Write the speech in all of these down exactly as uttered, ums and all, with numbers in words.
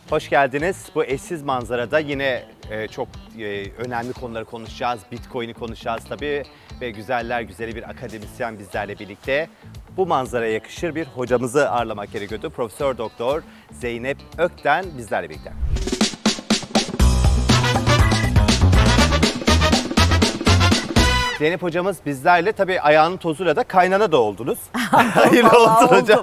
Hoş geldiniz. Bu eşsiz manzarada yine e, çok e, önemli konuları konuşacağız. Bitcoin'i konuşacağız tabii ve güzeller güzeli bir akademisyen bizlerle birlikte. Bu manzaraya yakışır bir hocamızı ağırlamak gerekiyordu. Profesör Doktor Zeynep Ökten bizlerle birlikte. Zeynep hocamız bizlerle, tabii ayağının tozuyla da kaynana da oldunuz. Hayırlı olsun hocam.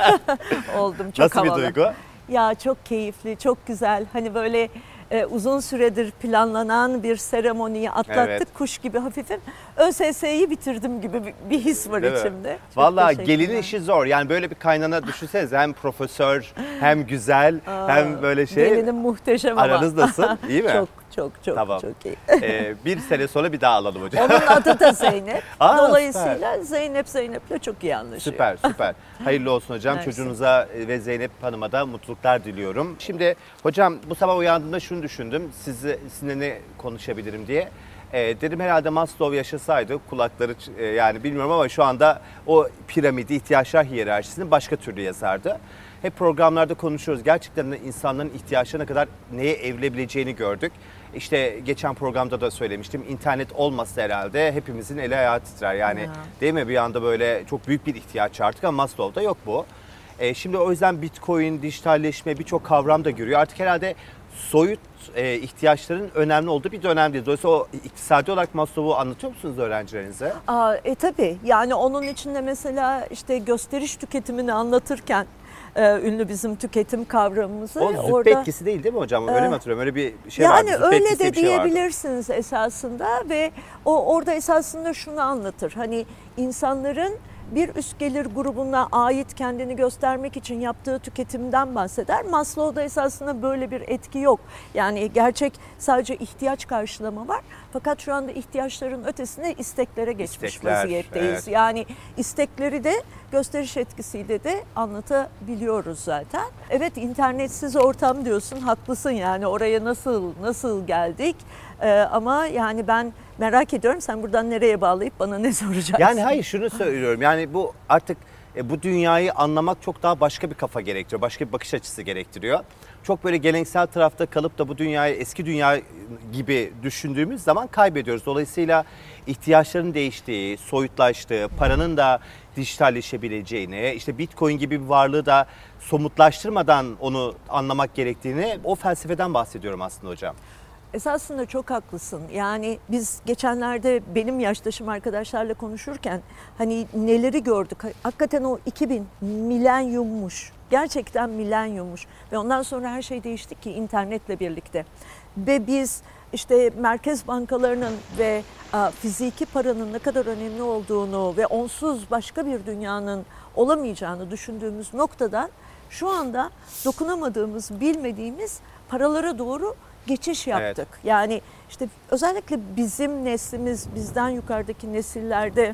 Oldum, çok Nasıl havalı. bir duygu? Ya çok keyifli, çok güzel. Hani böyle e, uzun süredir planlanan bir seremoniyi atlattık. Evet. Kuş gibi hafifim. ÖSS'yi bitirdim gibi bir, bir his var Değil mi? içimde. Çok Vallahi teşekkürler. gelinin işi zor. Yani böyle bir kaynana düşünsenize, hem profesör hem güzel Aa, hem böyle şey. Gelinim muhteşem ama. Aranız nasıl? İyi mi? Çok çok çok Tamam. çok iyi. Ee, bir sene sonra bir daha alalım hocam. Onun adı da Zeynep. Aa, Dolayısıyla Zeynep Zeynep'le çok iyi anlaşıyor. Süper süper. Hayırlı olsun hocam. Mersi. Çocuğunuza ve Zeynep Hanım'a da mutluluklar diliyorum. Şimdi hocam bu sabah uyandığımda şunu düşündüm. Sizi, sizinle ne konuşabilirim diye. E, dedim herhalde Maslow yaşasaydı kulakları e, yani bilmiyorum ama şu anda o piramidi, ihtiyaçlar hiyerarşisini başka türlü yazardı. Hep programlarda konuşuyoruz. Gerçekten de insanların ihtiyaçlarına kadar neye evrilebileceğini gördük. İşte geçen programda da söylemiştim. İnternet olmasa herhalde hepimizin eli ayağı titrer. Yani Ya. değil mi? Bir anda böyle çok büyük bir ihtiyaç artık ama Maslow'da yok bu. E, şimdi o yüzden Bitcoin, dijitalleşme birçok kavram da görüyor. Artık herhalde soyut e, ihtiyaçların önemli olduğu bir dönemdeyiz. Dolayısıyla o iktisadi olarak Maslow'u anlatıyor musunuz öğrencilerinize? Aa, e tabii yani onun içinde mesela işte gösteriş tüketimini anlatırken e, ünlü bizim tüketim kavramımızı. O züppe orada, etkisi değil değil mi hocam? Öyle e, mi hatırlıyorum? Öyle bir şey vardı. Yani Züppe öyle etkisi diye de bir şey vardı. diyebilirsiniz esasında ve o orada esasında şunu anlatır. Hani insanların bir üst gelir grubuna ait kendini göstermek için yaptığı tüketimden bahseder. Maslow'da esasında böyle bir etki yok. Yani gerçek sadece ihtiyaç karşılama var. Fakat şu anda ihtiyaçların ötesine isteklere geçmiş İstekler, vaziyetteyiz. evet. Yani istekleri de gösteriş etkisiyle de anlatabiliyoruz zaten. Evet, internetsiz ortam diyorsun, haklısın yani oraya nasıl nasıl geldik? Ee, ama yani ben merak ediyorum, sen buradan nereye bağlayıp bana ne soracaksın? Yani hayır, şunu söylüyorum. Yani bu artık e, bu dünyayı anlamak çok daha başka bir kafa gerektiriyor. Başka bir bakış açısı gerektiriyor. Çok böyle geleneksel tarafta kalıp da bu dünyayı eski dünya gibi düşündüğümüz zaman kaybediyoruz. Dolayısıyla ihtiyaçların değiştiği, soyutlaştığı, paranın da dijitalleşebileceğini, işte Bitcoin gibi bir varlığı da somutlaştırmadan onu anlamak gerektiğini, o felsefeden bahsediyorum aslında hocam. Esasında çok haklısın. Yani biz geçenlerde benim yaştaşım arkadaşlarla konuşurken hani neleri gördük. Hakikaten o iki bin milenyummuş. Gerçekten milenyummuş. Ve ondan sonra her şey değişti ki internetle birlikte. Ve biz işte merkez bankalarının ve a, fiziki paranın ne kadar önemli olduğunu ve onsuz başka bir dünyanın olamayacağını düşündüğümüz noktadan şu anda dokunamadığımız, bilmediğimiz paralara doğru geçiş yaptık. Evet. Yani işte özellikle bizim neslimiz, bizden yukarıdaki nesillerde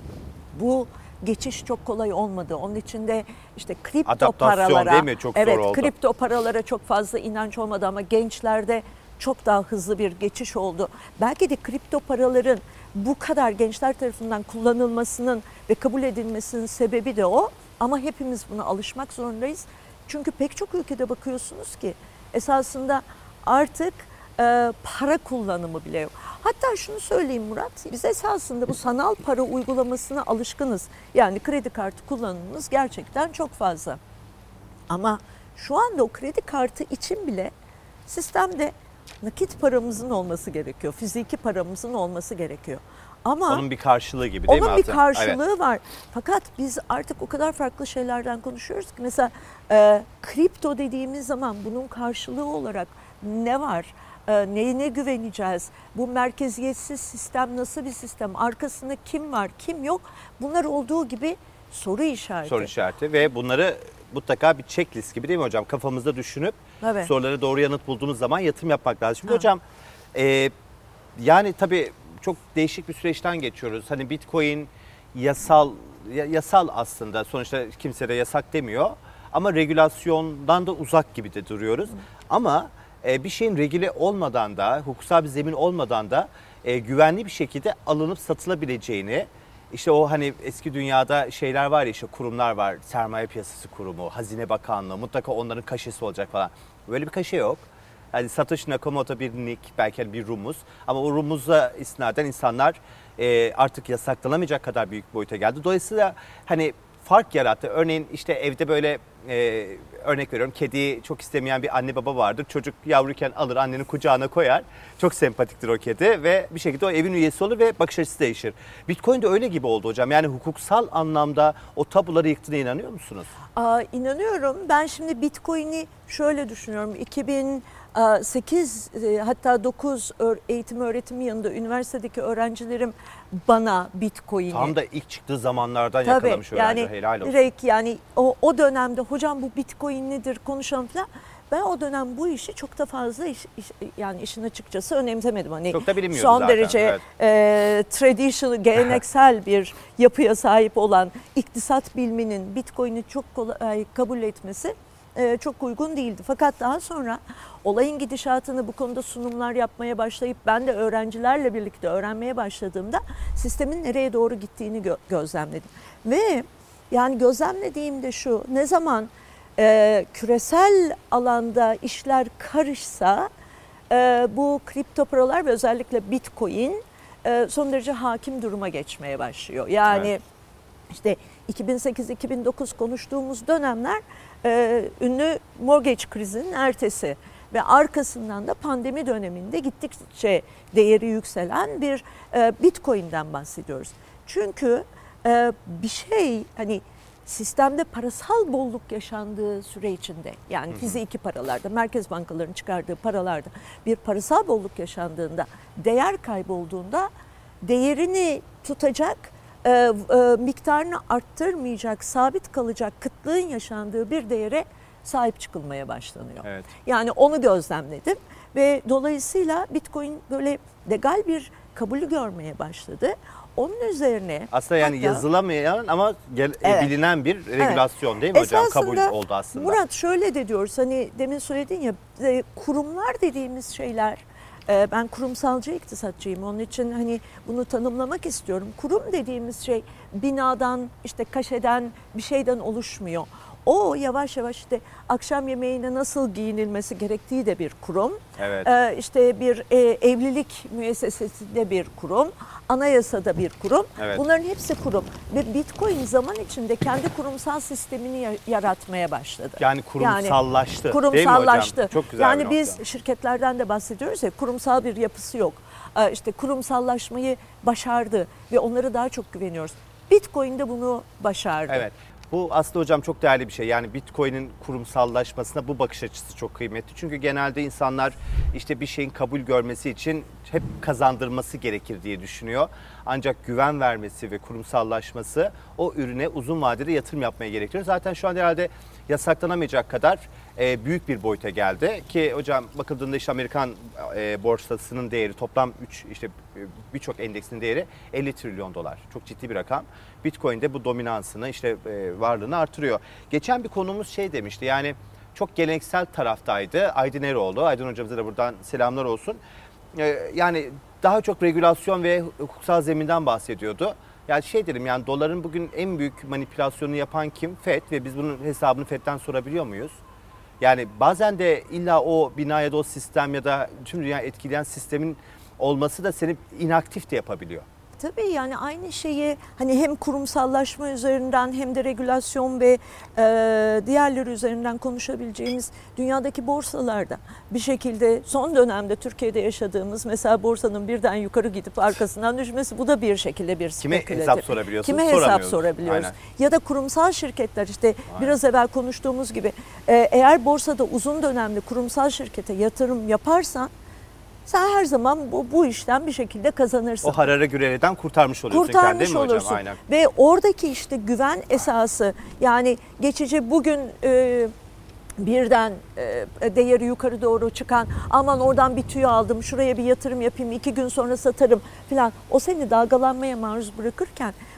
bu geçiş çok kolay olmadı. Onun içinde işte kripto Adaptasyon paralara, değil mi? Çok zor evet, oldu. kripto paralara çok fazla inanç olmadı ama gençlerde çok daha hızlı bir geçiş oldu. Belki de kripto paraların bu kadar gençler tarafından kullanılmasının ve kabul edilmesinin sebebi de o. Ama hepimiz buna alışmak zorundayız. Çünkü pek çok ülkede bakıyorsunuz ki esasında artık e, para kullanımı bile yok. Hatta şunu söyleyeyim Murat, biz esasında bu sanal para uygulamasına alışkınız. Yani kredi kartı kullanımımız gerçekten çok fazla. Ama şu anda o kredi kartı için bile sistemde nakit paramızın olması gerekiyor. Fiziki paramızın olması gerekiyor. Ama Onun bir karşılığı gibi değil mi? onun bir Altı? karşılığı Evet. var. Fakat biz artık o kadar farklı şeylerden konuşuyoruz ki mesela e, kripto dediğimiz zaman bunun karşılığı olarak ne var? E, neyine güveneceğiz? Bu merkeziyetsiz sistem nasıl bir sistem? Arkasında kim var, kim yok? Bunlar olduğu gibi soru işareti. Soru işareti ve bunları mutlaka bir checklist gibi değil mi hocam? Kafamızda düşünüp Evet. sorulara doğru yanıt bulduğumuz zaman yatırım yapmak lazım. Şimdi Ha. hocam e, yani tabii çok değişik bir süreçten geçiyoruz. Hani Bitcoin yasal yasal aslında, sonuçta kimse de yasak demiyor. Ama regülasyondan da uzak gibi de duruyoruz. Hı. Ama e, bir şeyin regüle olmadan da, hukuksal bir zemin olmadan da e, güvenli bir şekilde alınıp satılabileceğini, işte o hani eski dünyada şeyler var ya, işte kurumlar var. Sermaye Piyasası Kurumu, Hazine Bakanlığı, mutlaka onların kaşesi olacak falan. Böyle bir kaşe yok. Hani Satoshi Nakamoto bir nick, belki hani bir rumuz, ama o rumuza isnaden insanlar e, artık yasaklanamayacak kadar büyük boyuta geldi. Dolayısıyla hani fark yarattı. Örneğin işte evde böyle e, örnek veriyorum, kediyi çok istemeyen bir anne baba vardır. Çocuk yavruyken alır annenin kucağına koyar. Çok sempatiktir o kedi ve bir şekilde o evin üyesi olur ve bakış açısı değişir. Bitcoin de öyle gibi oldu hocam. Yani hukuksal anlamda o tabuları yıktığına inanıyor musunuz? Aa, inanıyorum. Ben şimdi Bitcoin'i şöyle düşünüyorum. iki bin sekiz hatta dokuz eğitim öğretim yanında üniversitedeki öğrencilerim bana Bitcoin'i... Tam da ilk çıktığı zamanlardan Tabii, yakalamış öğrenci. yani Helal olsun. direkt yani o, o dönemde hocam bu Bitcoin nedir konuşalım falan. Ben o dönem bu işi çok da fazla iş, iş, yani işin açıkçası önemsemedim. Hani Çok da bilinmiyordu son zaten, derece evet. e, traditional, geleneksel bir yapıya sahip olan iktisat biliminin Bitcoin'i çok kolay kabul etmesi e, çok uygun değildi. Fakat daha sonra olayın gidişatını bu konuda sunumlar yapmaya başlayıp ben de öğrencilerle birlikte öğrenmeye başladığımda sistemin nereye doğru gittiğini gö- gözlemledim. Ve yani gözlemlediğim de şu: ne zaman e, küresel alanda işler karışsa e, bu kripto paralar ve özellikle Bitcoin e, son derece hakim duruma geçmeye başlıyor. Yani evet. işte iki bin sekiz iki bin dokuz konuştuğumuz dönemler e, ünlü mortgage krizinin ertesi ve arkasından da pandemi döneminde gittikçe değeri yükselen bir e, Bitcoin'den bahsediyoruz. Çünkü e, bir şey, hani sistemde parasal bolluk yaşandığı süre içinde, yani fiziki paralarda, merkez bankalarının çıkardığı paralarda bir parasal bolluk yaşandığında, değer kaybolduğunda değerini tutacak, e, e, miktarını arttırmayacak, sabit kalacak kıtlığın yaşandığı bir değere sahip çıkılmaya başlanıyor. Evet. Yani onu gözlemledim ve dolayısıyla Bitcoin böyle legal bir kabulü görmeye başladı. Onun üzerine aslında yani hatta, yazılamayan ama gel, evet, bilinen bir regülasyon, evet, değil mi hocam? Kabul oldu aslında. Murat, şöyle de diyoruz, hani demin söyledin ya, kurumlar dediğimiz şeyler, ben kurumsalcı iktisatçıyım, onun için hani bunu tanımlamak istiyorum. Kurum dediğimiz şey binadan, işte kaşeden, bir şeyden oluşmuyor. O yavaş yavaş işte akşam yemeğine nasıl giyinilmesi gerektiği de bir kurum. Evet. Ee, işte bir e, evlilik müessesesinde bir kurum, anayasada bir kurum. Evet. Bunların hepsi kurum. Ve Bitcoin zaman içinde kendi kurumsal sistemini yaratmaya başladı. Yani kurumsallaştı. Yani, kurumsallaştı. Değil mi hocam? Çok güzel yani bir biz nokta. şirketlerden de bahsediyoruz ya, kurumsal bir yapısı yok. Ee, işte kurumsallaşmayı başardı ve onlara daha çok güveniyoruz. Bitcoin de bunu başardı. Evet. Bu aslında hocam çok değerli bir şey. Yani Bitcoin'in kurumsallaşmasına bu bakış açısı çok kıymetli. Çünkü genelde insanlar işte bir şeyin kabul görmesi için hep kazandırması gerekir diye düşünüyor. Ancak güven vermesi ve kurumsallaşması o ürüne uzun vadede yatırım yapmaya gerektiriyor. Zaten şu an herhalde yasaklanamayacak kadar e, büyük bir boyuta geldi ki hocam bakıldığında işte Amerikan e, borsasının değeri toplam üç işte birçok endeksin değeri elli trilyon dolar. Çok ciddi bir rakam. Bitcoin de bu dominansını, işte e, varlığını artırıyor. Geçen bir konumuz şey demişti, yani çok geleneksel taraftaydı. Aydın Eroğlu, Aydın hocamıza da buradan selamlar olsun. E, yani daha çok regülasyon ve hukuksal zeminden bahsediyordu. Yani şey dedim, yani doların bugün en büyük manipülasyonu yapan kim? F E D, ve biz bunun hesabını F E D'den sorabiliyor muyuz? Yani bazen de illa o bina ya da o sistem ya da tüm dünya etkileyen sistemin olması da seni inaktif de yapabiliyor. Tabii, yani aynı şeyi hani hem kurumsallaşma üzerinden hem de regülasyon ve e, diğerleri üzerinden konuşabileceğimiz dünyadaki borsalarda bir şekilde son dönemde Türkiye'de yaşadığımız, mesela borsanın birden yukarı gidip arkasından düşmesi, bu da bir şekilde bir spekülatif. Kime hesap sorabiliyorsunuz? Kime hesap sorabiliyoruz? Aynen. Ya da kurumsal şirketler, işte Aynen. biraz evvel konuştuğumuz gibi e, eğer borsada uzun dönemli kurumsal şirkete yatırım yaparsan sen her zaman bu, bu işten bir şekilde kazanırsın. O harara güreleden kurtarmış oluyorsun Kurtarmış kendini, olursun. Hocam? Aynen. Ve oradaki işte güven esası, yani geçici bugün e, birden e, değeri yukarı doğru çıkan, aman oradan bir tüy aldım, şuraya bir yatırım yapayım, iki gün sonra satarım falan, o seni dalgalanmaya maruz bırakırken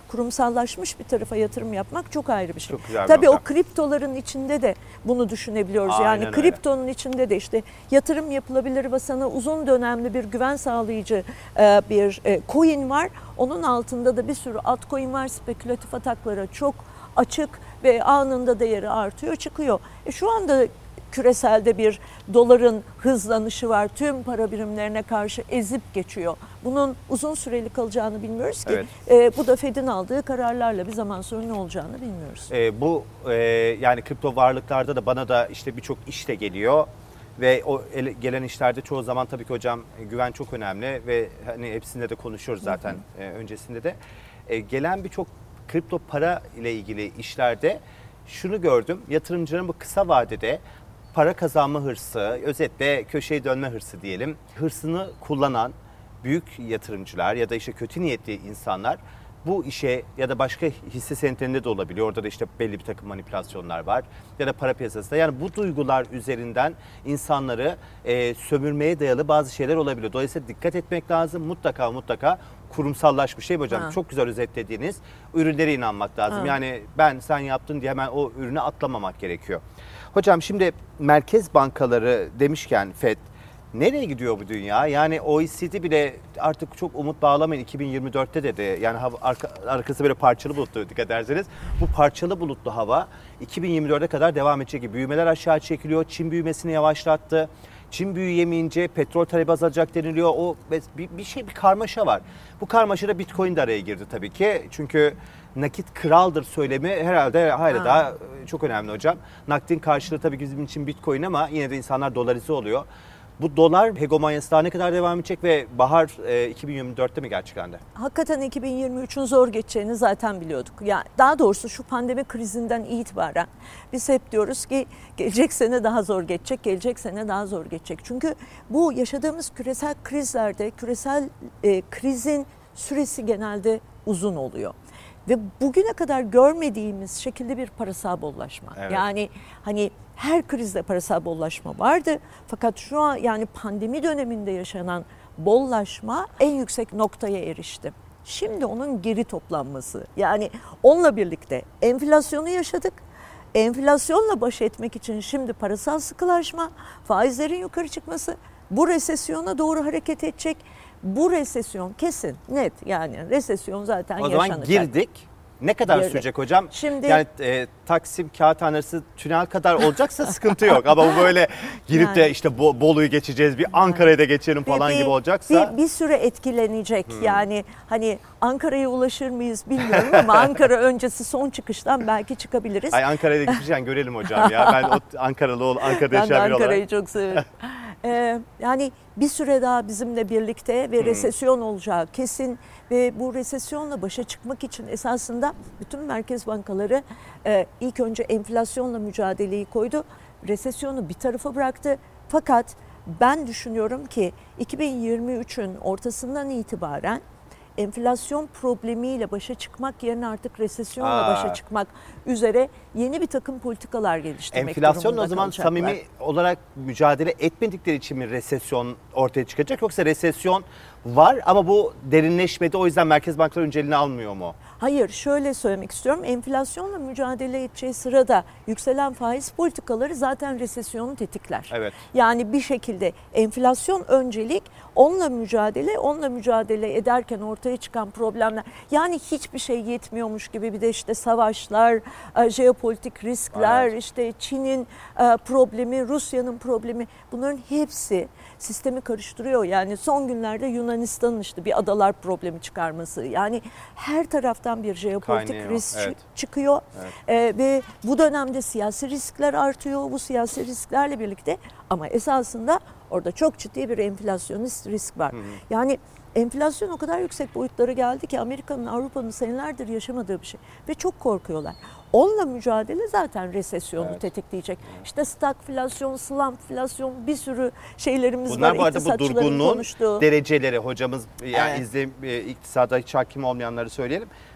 kurumsallaşmış bir tarafa yatırım yapmak çok ayrı bir şey. Çok güzel bir Tabii o nokta. kriptoların içinde de bunu düşünebiliyoruz. Aynen yani öyle. kriptonun içinde de işte yatırım yapılabilir ve sana uzun dönemli bir güven sağlayıcı e, bir e, coin var. Onun altında da bir sürü altcoin var. Spekülatif ataklara çok açık ve anında değeri artıyor, çıkıyor. E, şu anda küreselde bir doların hızlanışı var. Tüm para birimlerine karşı ezip geçiyor. Bunun uzun süreli kalacağını bilmiyoruz ki. Evet. E, bu da Fed'in aldığı kararlarla bir zaman sonra ne olacağını bilmiyoruz. E, bu e, yani kripto varlıklarda da bana da işte birçok iş de geliyor. Ve o ele, gelen işlerde çoğu zaman tabii ki hocam e, güven çok önemli ve hani hepsinde de konuşuyoruz zaten e, öncesinde de. E, gelen birçok kripto para ile ilgili işlerde şunu gördüm. Yatırımcının bu kısa vadede para kazanma hırsı, özetle köşeye dönme hırsı diyelim. Hırsını kullanan büyük yatırımcılar ya da işte kötü niyetli insanlar bu işe ya da başka hisse senetlerinde de olabiliyor. Orada da işte belli bir takım manipülasyonlar var. Ya da para piyasasında. Yani bu duygular üzerinden insanları e, sömürmeye dayalı bazı şeyler olabiliyor. Dolayısıyla dikkat etmek lazım. Mutlaka mutlaka kurumsallaşmış şey hocam. Ha. Çok güzel özetlediğiniz ürünlere inanmak lazım. Ha. Yani ben sen yaptın diye hemen o ürüne atlamamak gerekiyor. Hocam şimdi merkez bankaları demişken Fed nereye gidiyor bu dünya? Yani O E C D bile artık çok umut bağlamayın iki bin yirmi dörtte dedi. Yani hava, arka, arkası böyle parçalı bulutlu dikkat ederseniz. Bu parçalı bulutlu hava iki bin yirmi dörde kadar devam edecek gibi. Büyümeler aşağı çekiliyor. Çin büyümesini yavaşlattı. Çin büyüyemeyince petrol talebi azalacak deniliyor. O bir, bir şey bir karmaşa var. Bu karmaşada Bitcoin de araya girdi tabii ki. Çünkü nakit kraldır söylemi herhalde hala Ha. daha çok önemli hocam. Nakdin karşılığı tabii ki bizim için Bitcoin ama yine de insanlar dolarize oluyor. Bu dolar hegemonyası daha ne kadar devam edecek ve bahar e, iki bin yirmi dörtte mi gerçeklendi? Hakikaten iki bin yirmi üçün zor geçeceğini zaten biliyorduk. Yani daha doğrusu şu pandemi krizinden itibaren biz hep diyoruz ki gelecek sene daha zor geçecek, gelecek sene daha zor geçecek. Çünkü bu yaşadığımız küresel krizlerde küresel e, krizin süresi genelde uzun oluyor. Ve bugüne kadar görmediğimiz şekilde bir parasal bollaşma. Evet. Yani hani her krizde parasal bollaşma vardı. Fakat şu an yani pandemi döneminde yaşanan bollaşma en yüksek noktaya erişti. Şimdi onun geri toplanması. Yani onunla birlikte enflasyonu yaşadık. Enflasyonla baş etmek için şimdi parasal sıkılaşma, faizlerin yukarı çıkması, bu resesyona doğru hareket edecek. Bu resesyon kesin, net yani resesyon zaten O yaşanacak. zaman girdik. Ne kadar Girdik. sürecek hocam? Şimdi- yani e, Taksim Kağıthane arası tünel kadar olacaksa sıkıntı yok. Ama bu böyle girip de Yani- işte Bo- Bolu'yu geçeceğiz, bir Ankara'ya da geçelim falan Bir- gibi olacaksa. Bir, bir süre etkilenecek. Hmm. Yani hani Ankara'ya ulaşır mıyız bilmiyorum ama Ankara öncesi son çıkıştan belki çıkabiliriz. Ay Ankara'ya da gitmişken görelim hocam ya. Ben o Ankaralı ol, Ankara'da Ben de yaşayan biri olarak. Ankara'yı çok severim. Ee, yani bir süre daha bizimle birlikte ve resesyon olacağı kesin ve bu resesyonla başa çıkmak için esasında bütün merkez bankaları e, ilk önce enflasyonla mücadeleyi koydu. Resesyonu bir tarafa bıraktı. Fakat ben düşünüyorum ki iki bin yirmi üçün ortasından itibaren enflasyon problemiyle başa çıkmak yerine artık resesyonla Aa. başa çıkmak üzere yeni bir takım politikalar geliştirmek Enflasyonla durumunda o zaman kalacaklar. samimi olarak mücadele etmedikleri için mi resesyon ortaya çıkacak? Yoksa resesyon var ama bu derinleşmedi, o yüzden merkez bankaları önceliğini almıyor mu? Hayır, şöyle söylemek istiyorum. Enflasyonla mücadele edeceği sırada yükselen faiz politikaları zaten resesyonu tetikler. Evet. Yani bir şekilde enflasyon öncelik, onunla mücadele, onunla mücadele ederken ortaya çıkan problemler. Yani hiçbir şey yetmiyormuş gibi bir de işte savaşlar, e, jeopolitik riskler, Evet. işte Çin'in e, problemi, Rusya'nın problemi, bunların hepsi sistemi karıştırıyor. Yani son günlerde Yunanistan'ın işte bir adalar problemi çıkarması. Yani her taraftan bir jeopolitik Kaynıyor, risk evet. çıkıyor. Evet. Ee, ve bu dönemde siyasi riskler artıyor. Bu siyasi risklerle birlikte ama esasında orada çok ciddi bir enflasyonist risk var. Hı hı. Yani enflasyon o kadar yüksek boyutlara geldi ki Amerika'nın, Avrupa'nın senelerdir yaşamadığı bir şey. Ve çok korkuyorlar. Onunla mücadele zaten resesyonu Evet. tetikleyecek. İşte stagflasyon, slumflasyon, bir sürü şeylerimiz Bunlar var. bu arada bu İktisatçıların durgunluğun konuştuğu. dereceleri hocamız yani Evet. izle, e, iktisada hiç hakim olmayanları söyleyelim.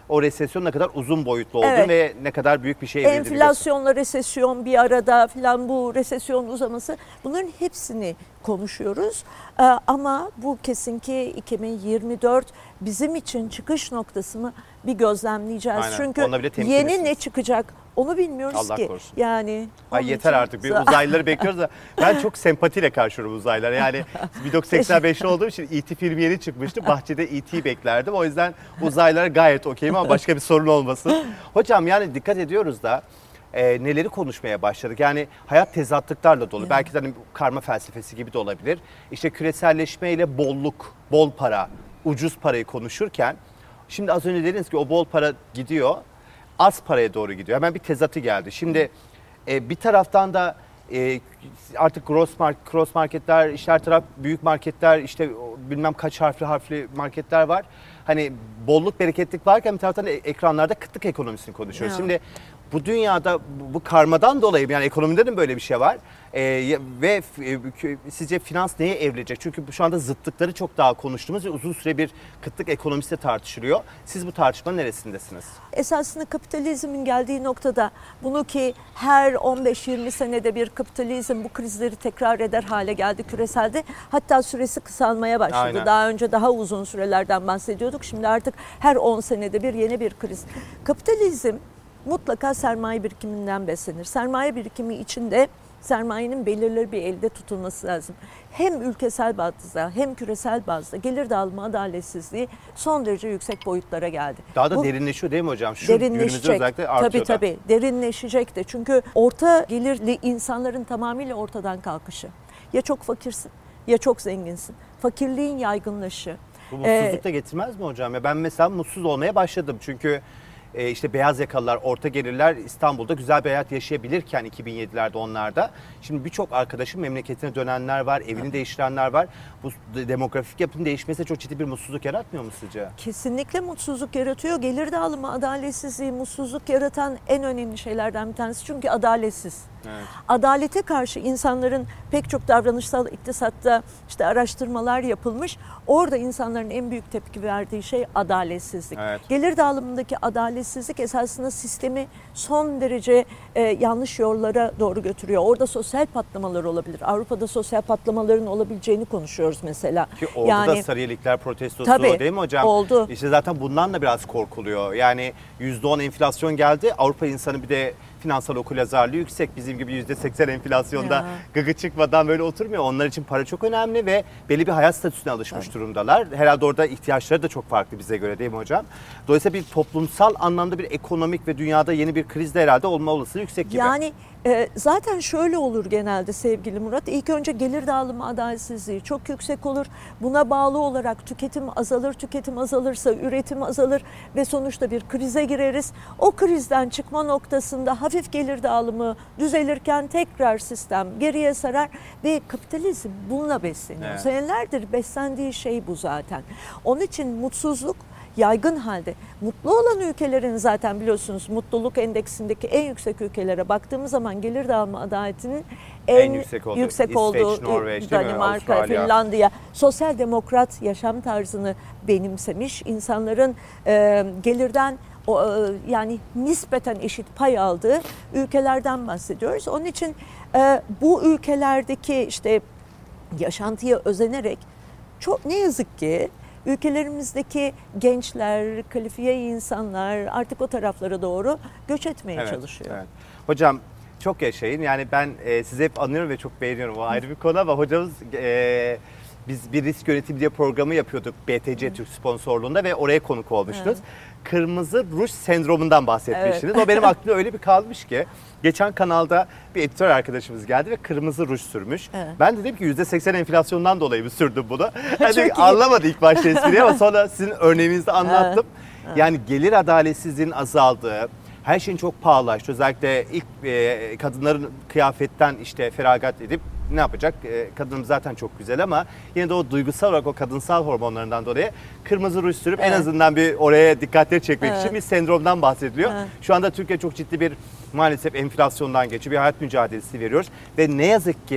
o resesyon ne kadar uzun boyutlu olduğunu Evet. ve ne kadar büyük bir şey evrildi biliyorsun. Enflasyonla resesyon bir arada filan, bu resesyon uzaması, bunların hepsini konuşuyoruz. Ee, ama bu kesin ki iki bin yirmi dört bizim için çıkış noktası mı, bir gözlemleyeceğiz. Aynen. Çünkü Onunla bile yeni temkinlisiniz. ne çıkacak onu bilmiyoruz Allah ki. korusun. Yani Ay onun yeter için- artık, bir uzaylıları bekliyoruz da ben çok sempatiyle karşılıyorum uzaylılara. Yani bin dokuz yüz seksen beşli olduğum için E T filmi yeni çıkmıştı. Bahçede E T'yi beklerdim. O yüzden uzaylılara gayet okeyim ama başka bir sorun olmasın. Hocam yani dikkat ediyoruz da e, neleri konuşmaya başladık. Yani hayat tezatlıklarla dolu. Belki de hani karma felsefesi gibi de olabilir. İşte küreselleşmeyle bolluk, bol para, ucuz parayı konuşurken şimdi az önce dediniz ki o bol para gidiyor, az paraya doğru gidiyor. Hemen bir tezatı geldi. Şimdi e, bir taraftan da e, artık gross, mark, cross marketler, işte her taraf büyük marketler, işte o bilmem kaç harfli harfli marketler var. Hani bolluk, bereketlik varken bir taraftan da ekranlarda kıtlık ekonomisini konuşuyoruz. Ya. Şimdi bu dünyada bu, bu karmadan dolayı yani ekonomide de böyle bir şey var. Ee, ya- ve e, sizce finans neye evrilecek? Çünkü bu şu anda zıtlıkları çok daha konuştuğumuz ve uzun süre bir kıtlık ekonomisi de tartışılıyor. Siz bu tartışmanın neresindesiniz? Esasında kapitalizmin geldiği noktada, bunu ki her on beş yirmi senede bir kapitalizm bu krizleri tekrar eder hale geldi küreselde. Hatta süresi kısalmaya başladı. Aynen. Daha önce daha uzun sürelerden bahsediyorduk. Şimdi artık her on senede bir yeni bir kriz. Kapitalizm mutlaka sermaye birikiminden beslenir. Sermaye birikimi içinde sermayenin belirli bir elde tutulması lazım. Hem ülkesel bazda hem küresel bazda gelir dağılımı adaletsizliği son derece yüksek boyutlara geldi. Daha da Bu- derinleşiyor değil mi hocam? Şu günümüzde derinleşecek. özellikle artıyor Tabii da. tabii derinleşecek de. Çünkü orta gelirli insanların tamamıyla ortadan kalkışı. Ya çok fakirsin ya çok zenginsin. Fakirliğin yaygınlışı. Bu Ee, mutsuzluk da getirmez mi hocam? Ya ben mesela mutsuz olmaya başladım. Çünkü e, işte beyaz yakalılar, orta gelirler İstanbul'da güzel bir hayat yaşayabilirken iki bin yedilerde onlarda. Şimdi birçok arkadaşım memleketine dönenler var, evini değiştirenler var. Bu demografik yapının değişmesi çok ciddi bir mutsuzluk yaratmıyor mu sizce? Kesinlikle mutsuzluk yaratıyor. Gelir dağılımı adaletsizliği mutsuzluk yaratan en önemli şeylerden bir tanesi. Çünkü adaletsiz. Evet. Adalete karşı insanların pek çok davranışsal iktisatta işte araştırmalar yapılmış. Orada insanların en büyük tepki verdiği şey adaletsizlik. Evet. Gelir dağılımındaki adaletsizlik esasında sistemi son derece e, yanlış yollara doğru götürüyor. Orada sosyal patlamalar olabilir. Avrupa'da sosyal patlamaların olabileceğini konuşuyoruz mesela. Ki orada da Sarıyelikler protestosu Tabii, değil mi hocam? oldu. İşte zaten bundan da biraz korkuluyor. Yani yüzde on enflasyon geldi. Avrupa insanı bir de finansal okuryazarlığı yüksek. Bizim gibi yüzde seksen enflasyonda Ya. gıgı çıkmadan böyle oturmuyor. Onlar için para çok önemli ve belli bir hayat statüsüne alışmış durumdalar. Herhalde orada ihtiyaçları da çok farklı bize göre değil mi hocam? Dolayısıyla bir toplumsal anlamda bir ekonomik ve dünyada yeni bir kriz de herhalde olma olasılığı yüksek gibi. Yani e, zaten şöyle olur genelde sevgili Murat. İlk önce gelir dağılımı adaletsizliği çok yüksek olur. Buna bağlı olarak tüketim azalır. Tüketim azalırsa üretim azalır ve sonuçta bir krize gireriz. O krizden çıkma noktasında hafif gelir dağılımı düzelirken tekrar sistem geriye sarar ve kapitalizm bununla besleniyor. Evet. Senelerdir beslendiği şey bu zaten. Onun için mutsuzluk yaygın halde. Mutlu olan ülkelerin zaten biliyorsunuz mutluluk endeksindeki en yüksek ülkelere baktığımız zaman gelir dağılımı adaletinin en, En yüksek olduğu. yüksek İsveç, olduğu Norveç, değil mi? Danimarka, Avustralya. Finlandiya sosyal demokrat yaşam tarzını benimsemiş insanların e, gelirden o, e, yani nispeten eşit pay aldığı ülkelerden bahsediyoruz. Onun için e, bu ülkelerdeki işte yaşantıya özenerek çok ne yazık ki ülkelerimizdeki gençler, kalifiye insanlar artık o taraflara doğru göç etmeye Evet, çalışıyor. evet. Hocam çok yaşayın. Yani ben e, sizi hep anlıyorum ve çok beğeniyorum. O ayrı bir konu ama hocamız e, biz bir risk yönetimi diye programı yapıyorduk B T C Türk sponsorluğunda ve oraya konuk olmuştunuz. Evet. Kırmızı ruj sendromundan bahsetmiştiniz. O benim aklımda öyle bir kalmış ki geçen kanalda bir editör arkadaşımız geldi ve kırmızı ruj sürmüş. Evet. Ben de dedim ki yüzde seksen enflasyondan dolayı mı sürdüm bunu? Hani Çok iyi. anlamadı ilk başta espriyi ama sonra sizin örneğinizde anlattım. Yani gelir adaletsizliğinin azaldığı, her şeyin çok pahalılaştı. Özellikle ilk e, kadınların kıyafetten işte feragat edip ne yapacak? E, kadınım zaten çok güzel ama yine de o duygusal olarak o kadınsal hormonlarından dolayı kırmızı ruj sürüp en Evet. azından bir oraya dikkatleri çekmek Evet. için bir sendromdan bahsediliyor. Evet. Şu anda Türkiye çok ciddi bir maalesef enflasyondan geçiyor. Bir hayat mücadelesi veriyoruz ve ne yazık ki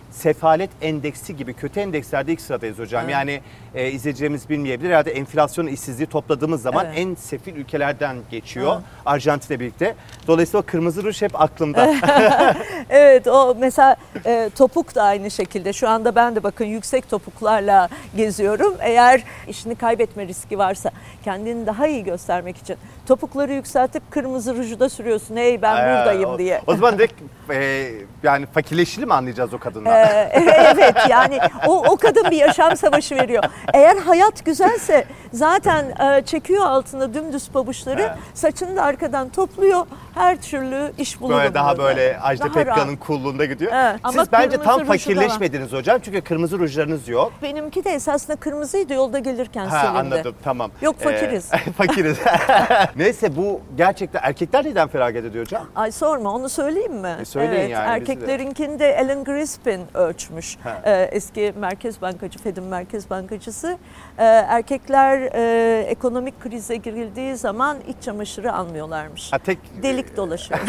sefalet endeksi gibi kötü endekslerde ilk sıradayız hocam. Evet. Yani e, izleyicilerimiz bilmeyebilir. Herhalde enflasyon, işsizliği topladığımız zaman Evet. en sefil ülkelerden geçiyor. Evet. Arjantin'le birlikte. Dolayısıyla o kırmızı ruj hep aklımda. Evet, o mesela e, topuk da aynı şekilde. Şu anda ben de bakın yüksek topuklarla geziyorum. Eğer işini kaybetme riski varsa, kendini daha iyi göstermek için topukları yükseltip kırmızı ruju da sürüyorsun. Hey ben Ee, buradayım o, diye. O zaman direkt e, yani fakirleşili mi anlayacağız o kadından? Ee, evet yani o, o kadın bir yaşam savaşı veriyor. Eğer hayat güzelse zaten e, çekiyor altına dümdüz pabuçları, Evet. saçını da arkadan topluyor. Her türlü iş bulurum. Böyle daha diyordu. böyle Ajda Daha Pekkan'ın rahat. kulluğunda gidiyor. Evet, Siz ama bence kırmızı tam ruju da var. fakirleşmediniz hocam. Çünkü kırmızı rujlarınız yok. Benimki de esasında kırmızıydı, yolda gelirken Ha, silindi. anladım, tamam. Yok, fakiriz. Ee, fakiriz. Neyse, bu gerçekten erkekler neden feragat ediyor hocam? Ay sorma, onu söyleyeyim mi? E, söyleyin evet, yani, bizi de. erkeklerinkini de Alan Greenspan ölçmüş. Ha. Ee, eski Merkez Bankacı, Fed'in Merkez Bankacısı. Ee, erkekler e, ekonomik krize girildiği zaman iç çamaşırı almıyorlarmış. Ha, tek Delik dolaşıyor.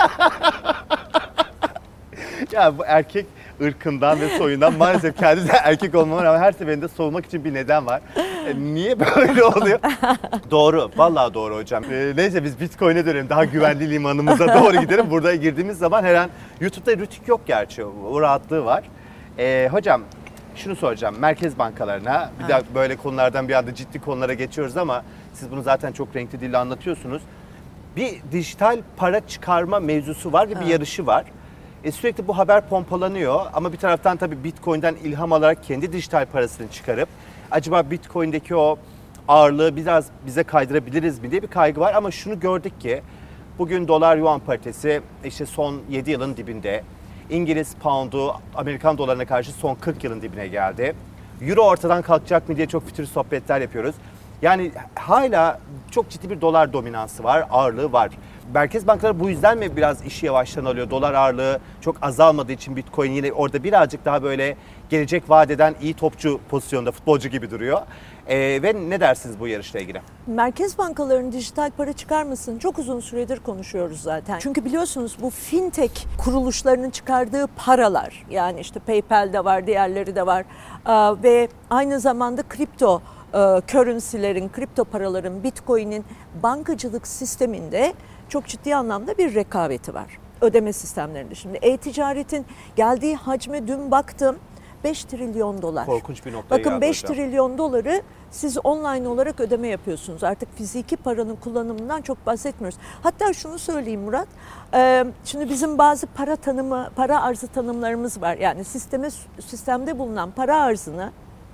Ya bu erkek ırkından ve soyundan maalesef kendisi erkek olmama rağmen her seferinde soğumak için bir neden var. E, niye böyle oluyor? Doğru, vallahi doğru hocam. E, neyse biz Bitcoin'e dönelim, daha güvenli limanımıza doğru gidelim. Burada girdiğimiz zaman her an YouTube'da rütük yok gerçi, o rahatlığı var. E, hocam şunu soracağım, merkez bankalarına, bir de böyle konulardan bir anda ciddi konulara geçiyoruz ama siz bunu zaten çok renkli dille anlatıyorsunuz. Bir dijital para çıkarma mevzusu var ve bir Evet. yarışı var. E sürekli bu haber pompalanıyor ama bir taraftan tabii Bitcoin'den ilham alarak kendi dijital parasını çıkarıp acaba Bitcoin'deki o ağırlığı biraz bize kaydırabiliriz mi diye bir kaygı var. Ama şunu gördük ki bugün dolar yuan paritesi işte son yedi yılın dibinde. İngiliz pound'u Amerikan dolarına karşı son kırk yılın dibine geldi. Euro ortadan kalkacak mı diye çok fütür sohbetler yapıyoruz. Yani hala çok ciddi bir dolar dominansı var, ağırlığı var. Merkez bankaları bu yüzden mi biraz işi yavaştan alıyor? Dolar ağırlığı çok azalmadığı için Bitcoin yine orada birazcık daha böyle gelecek vadeden iyi topçu pozisyonda, futbolcu gibi duruyor. Ee, ve ne dersiniz bu yarışla ilgili? Merkez bankalarının dijital para çıkarmasını çok uzun süredir konuşuyoruz zaten. Çünkü biliyorsunuz bu fintech kuruluşlarının çıkardığı paralar, yani işte PayPal'de var, diğerleri de var Aa, ve aynı zamanda kripto e, currency'lerin, kripto paraların, Bitcoin'in bankacılık sisteminde çok ciddi anlamda bir rekabeti var. Ödeme sistemlerinde. Şimdi e-ticaretin geldiği hacme dün baktım, beş trilyon dolar. Korkunç bir noktaya Bakın geldi beş hocam. trilyon doları siz online olarak ödeme yapıyorsunuz. Artık fiziki paranın kullanımından çok bahsetmiyoruz. Hatta şunu söyleyeyim Murat. Ee, şimdi bizim bazı para tanımı, para arzı tanımlarımız var. Yani sisteme, sistemde bulunan para arzını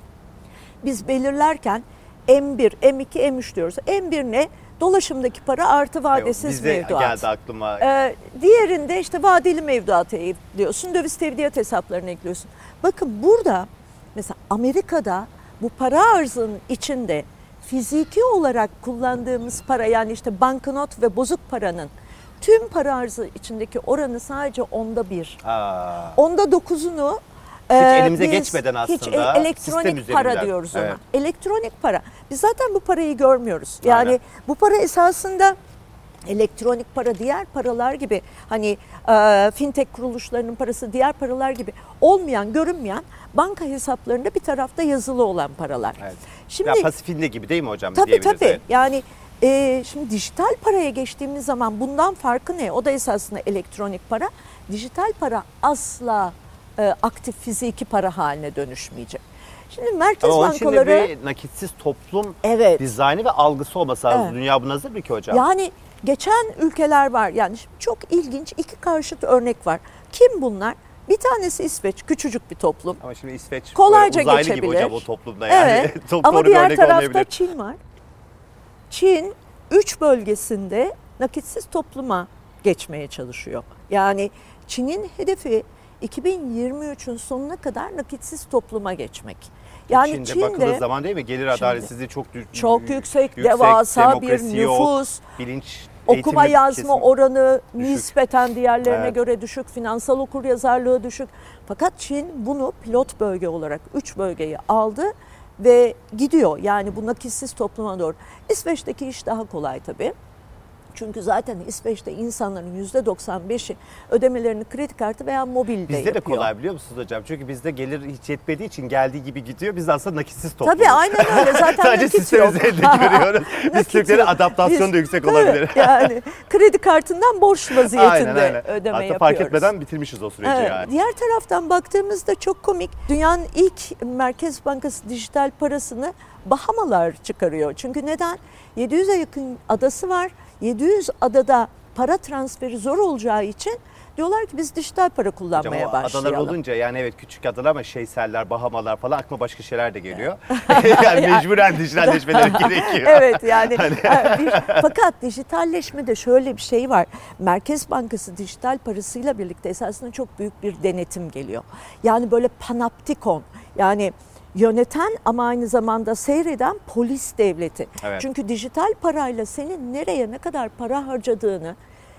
biz belirlerken M bir, M iki, M üç diyoruz. M bir ne? Dolaşımdaki para artı vadesiz Bize mevduat. geldi aklıma. Ee, diğerinde işte vadeli mevduatı ekliyorsun, döviz tevdiat hesaplarını ekliyorsun. Bakın burada mesela Amerika'da bu para arzının içinde fiziki olarak kullandığımız para, yani işte banknot ve bozuk paranın tüm para arzı içindeki oranı sadece onda bir. Aa. Onda dokuzunu Hiç e, elimize biz geçmeden hiç aslında e- elektronik sistem para üzerinden. diyoruz ona. Evet. Elektronik para. Biz zaten bu parayı görmüyoruz. Yani Aynen. bu para esasında elektronik para diğer paralar gibi, hani e, fintech kuruluşlarının parası diğer paralar gibi olmayan, görünmeyen banka hesaplarında bir tarafta yazılı olan paralar. Evet. Şimdi Ya pasifinde gibi değil mi hocam? tabii diyebiliriz, tabii evet. yani e, şimdi dijital paraya geçtiğimiz zaman bundan farkı ne? O da esasında elektronik para. Dijital para asla e, aktif fiziki para haline dönüşmeyecek. Şimdi merkez Ama onun için de bankaları bir nakitsiz toplum evet. dizaynı ve algısı olması lazım. Evet. Dünya buna hazır mı ki hocam? Yani geçen ülkeler var. Yani şimdi çok ilginç iki karşıt örnek var. Kim bunlar? Bir tanesi İsveç, küçücük bir toplum. Ama şimdi İsveç Kolayca böyle uzaylı geçebilir. gibi hocam o toplumda yani. Evet. Çok Ama doğru bir diğer örnek tarafta olmayabilir. Çin var. Çin üç bölgesinde nakitsiz topluma geçmeye çalışıyor. Yani Çin'in hedefi iki bin yirmi üçün sonuna kadar nakitsiz topluma geçmek. Yani Çin'de, Çin'de, bakıldığı zaman değil mi? Gelir adaletsizliği çok dü- çok yüksek, yüksek, devasa bir demokrasi yok, nüfus, bilinç, okuma eğitimli yazma kesim. oranı düşük. nispeten diğerlerine Evet. göre düşük, finansal okuryazarlığı düşük. Fakat Çin bunu pilot bölge olarak üç bölgeyi aldı ve gidiyor. Yani bu nakissiz topluma doğru. İsveç'teki iş daha kolay tabii. Çünkü zaten İsveç'te insanların yüzde doksan beşi ödemelerini kredi kartı veya mobilde Bizde yapıyor. de kolay biliyor musunuz hocam? Çünkü bizde gelir hiç yetmediği için geldiği gibi gidiyor. Biz de aslında nakitsiz toplumuz. Tabii aynen öyle. Zaten Sadece nakit sistem yok. üzerinde görüyoruz. Biz Nakit Türklerin yok. adaptasyonu da Biz- yüksek tabii, olabilir. Yani kredi kartından borç vaziyetinde Aynen aynen. ödeme Hatta yapıyoruz. fark etmeden bitirmişiz o süreci Evet, yani. diğer taraftan baktığımızda çok komik. Dünyanın ilk Merkez Bankası dijital parasını Bahamalar çıkarıyor. Çünkü neden? yedi yüze yakın adası var. yedi yüz adada para transferi zor olacağı için diyorlar ki biz dijital para Hocam kullanmaya o başlayalım. adalar olunca yani evet küçük adalar ama Şeyseller, Bahamalar falan aklıma başka şeyler de geliyor. yani mecburen dijitalleşmeleri gerekiyor. Evet yani Hani- bir, fakat dijitalleşmede şöyle bir şey var. Merkez Bankası dijital parasıyla birlikte esasında çok büyük bir denetim geliyor. Yani böyle panoptikon, yani yöneten ama aynı zamanda seyreden polis devleti. Evet. Çünkü dijital parayla senin nereye ne kadar para harcadığını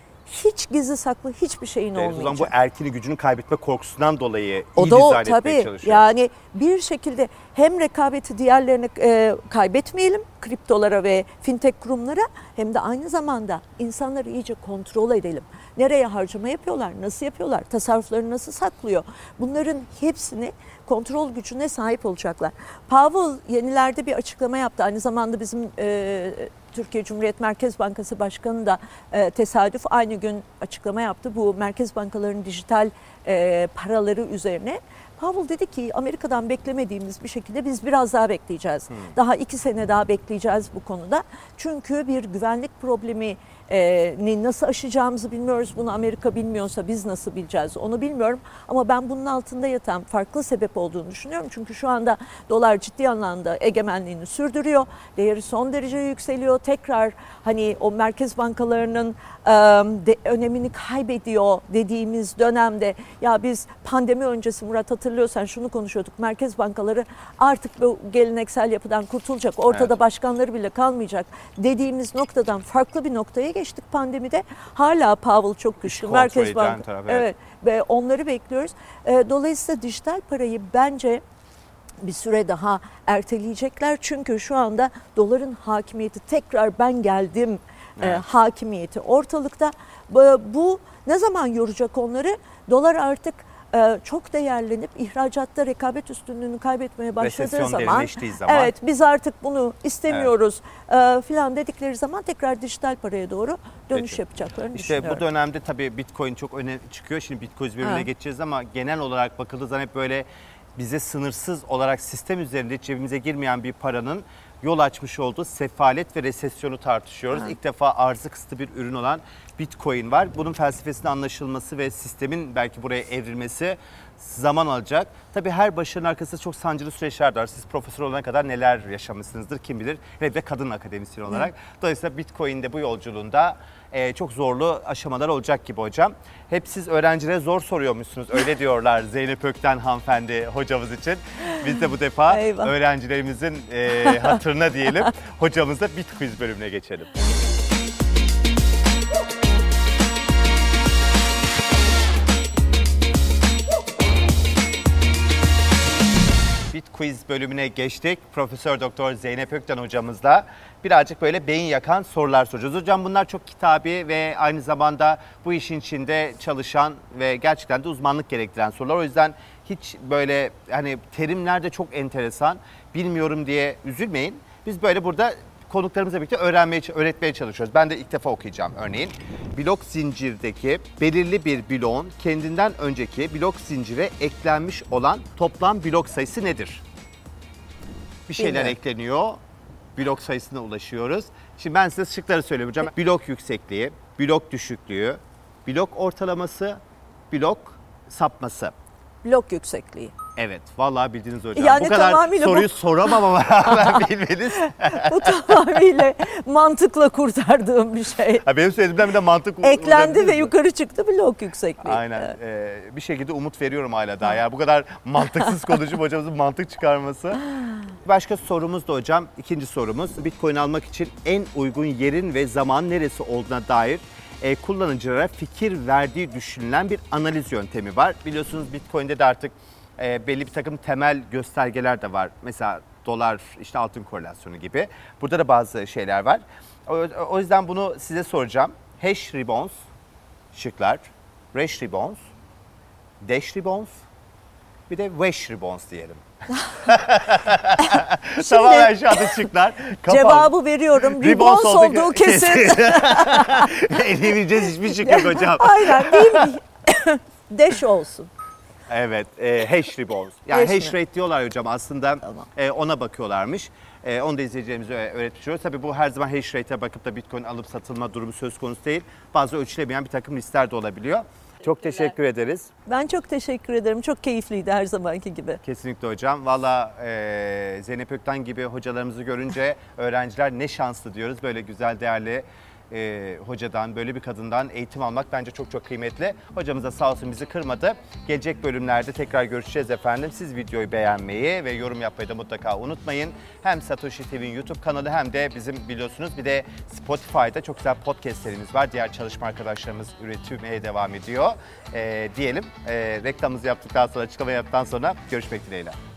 hiç gizli saklı hiçbir şeyin Evet, o olmayacak. zaman bu erkini gücünü kaybetme korkusundan dolayı O iyi da o dizayn etmeye tabii çalışıyor. yani bir şekilde hem rekabeti diğerlerine e, kaybetmeyelim kriptolara ve fintech kurumlara, hem de aynı zamanda insanları iyice kontrol edelim. Nereye harcama yapıyorlar, nasıl yapıyorlar, tasarruflarını nasıl saklıyor, bunların hepsini kontrol gücüne sahip olacaklar. Powell yenilerde bir açıklama yaptı. Aynı zamanda bizim e, Türkiye Cumhuriyet Merkez Bankası Başkanı da e, tesadüf aynı gün açıklama yaptı. Bu merkez bankalarının dijital e, paraları üzerine. Powell dedi ki Amerika'dan beklemediğimiz bir şekilde biz biraz daha bekleyeceğiz. Hmm. Daha iki sene daha bekleyeceğiz bu konuda. Çünkü bir güvenlik problemi e, ni nasıl aşacağımızı bilmiyoruz. Bunu Amerika bilmiyorsa biz nasıl bileceğiz onu bilmiyorum. Ama ben bunun altında yatan farklı sebep olduğunu düşünüyorum. Çünkü şu anda dolar ciddi anlamda egemenliğini sürdürüyor. Değeri son derece yükseliyor. Tekrar hani o merkez bankalarının e, de, önemini kaybediyor dediğimiz dönemde, ya biz pandemi öncesi Murat hatırlıyorsan şunu konuşuyorduk. Merkez bankaları artık bu geleneksel yapıdan kurtulacak. Ortada evet. başkanları bile kalmayacak dediğimiz noktadan farklı bir noktaya geçtik pandemide. Hala Powell çok güçlü. Merkez Bank taraf, evet. evet ve onları bekliyoruz. Dolayısıyla dijital parayı bence bir süre daha erteleyecekler. Çünkü şu anda doların hakimiyeti, tekrar ben geldim evet. e, hakimiyeti ortalıkta. Bu, bu ne zaman yoracak onları? Dolar artık e, çok değerlenip ihracatta rekabet üstünlüğünü kaybetmeye başladığı zaman, zaman evet biz artık bunu istemiyoruz evet. e, filan dedikleri zaman tekrar dijital paraya doğru dönüş Peki. yapacaklarını işte düşünüyorum. Bu dönemde tabii Bitcoin çok öne çıkıyor. Şimdi Bitcoin bölümüne geçeceğiz ama genel olarak bakıldığı zaman hep böyle bize sınırsız olarak sistem üzerinde cebimize girmeyen bir paranın yol açmış olduğu sefalet ve resesyonu tartışıyoruz. Ha. İlk defa arzı kısıtlı bir ürün olan Bitcoin var. Bunun felsefesinin anlaşılması ve sistemin belki buraya evrilmesi zaman alacak. Tabii her başarının arkasında çok sancılı süreçler var. Siz profesör olana kadar neler yaşamışsınızdır kim bilir. Hele de kadın akademisyen olarak. Hı. Dolayısıyla Bitcoin'de bu yolculuğunda e, çok zorlu aşamalar olacak gibi hocam. Hep siz öğrencilere zor soruyormuşsunuz. Öyle diyorlar Zeynep Ökten hanımefendi hocamız için. Biz de bu defa Eyvah. öğrencilerimizin e, hatırına diyelim. Hocamızla Bitquiz bölümüne geçelim. Bitquiz bölümüne geçtik. Profesör Doktor Zeynep Ökten hocamızla birazcık böyle beyin yakan sorular soracağız. Hocam bunlar çok kitabi ve aynı zamanda bu işin içinde çalışan ve gerçekten de uzmanlık gerektiren sorular. O yüzden hiç böyle hani terimler de çok enteresan, bilmiyorum diye üzülmeyin. Biz böyle burada konuklarımızla birlikte öğrenmeye, öğretmeye çalışıyoruz. Ben de ilk defa okuyacağım örneğin. Blok zincirdeki belirli bir bloğun kendinden önceki blok zincire eklenmiş olan toplam blok sayısı nedir? Bir şeyler Bilmiyorum. ekleniyor, blok sayısına ulaşıyoruz. Şimdi ben size şıkları söyleyeyim hocam. Blok yüksekliği, blok düşüklüğü, blok ortalaması, blok sapması. Blok yüksekliği. Evet, vallahi bildiniz hocam. Yani bu kadar soruyu bu... soramamama rağmen bilmeniz. Bu tamamıyla mantıkla kurtardığım bir şey. Ha, benim söylediğimden bir de mantık. Eklendi ve yukarı çıktı blok yüksekliği. Aynen. Evet. Ee, bir şekilde umut veriyorum hala daha. Yani bu kadar mantıksız konuşup hocamızın mantık çıkarması. Başka sorumuz da hocam. İkinci sorumuz. Bitcoin almak için en uygun yerin ve zaman neresi olduğuna dair e, kullanıcılara fikir verdiği düşünülen bir analiz yöntemi var. Biliyorsunuz Bitcoin'de de artık e, belli bir takım temel göstergeler de var. Mesela dolar işte altın korelasyonu gibi. Burada da bazı şeyler var. O, o yüzden bunu size soracağım. Hash ribbons, şıklar, Resh ribbons, Dash ribbons, bir de Wesh ribbons diyelim. Tamamen şu anda şıklar. Kapan. Cevabı veriyorum. Ribbons olduğu kesin. Eleyebileceğiz hiçbir şık yok hocam. Aynen değil mi? Dash olsun. Evet, e, hash ribbons. Yani Hash hash mi? rate diyorlar hocam aslında Tamam. e, ona bakıyorlarmış. E, onu da izleyicilerimize öğretmiş oluyoruz. Tabii bu her zaman hash rate'e bakıp da Bitcoin alıp satılma durumu söz konusu değil. Bazı ölçülemeyen bir takım riskler de olabiliyor. Çok teşekkür ederiz. Ben çok teşekkür ederim. Çok keyifliydi her zamanki gibi. Kesinlikle hocam. Valla e, Zeynep Ökten gibi hocalarımızı görünce öğrenciler ne şanslı diyoruz. Böyle güzel, değerli e, hocadan, böyle bir kadından eğitim almak bence çok çok kıymetli. Hocamız da sağ olsun bizi kırmadı. Gelecek bölümlerde tekrar görüşeceğiz efendim. Siz videoyu beğenmeyi ve yorum yapmayı da mutlaka unutmayın. Hem Satoshi T V'nin YouTube kanalı hem de bizim biliyorsunuz bir de Spotify'da çok güzel podcastlerimiz var. Diğer çalışma arkadaşlarımız üretmeye devam ediyor. E, diyelim e, reklamımızı yaptıktan sonra, açıklama yaptıktan sonra görüşmek dileğiyle.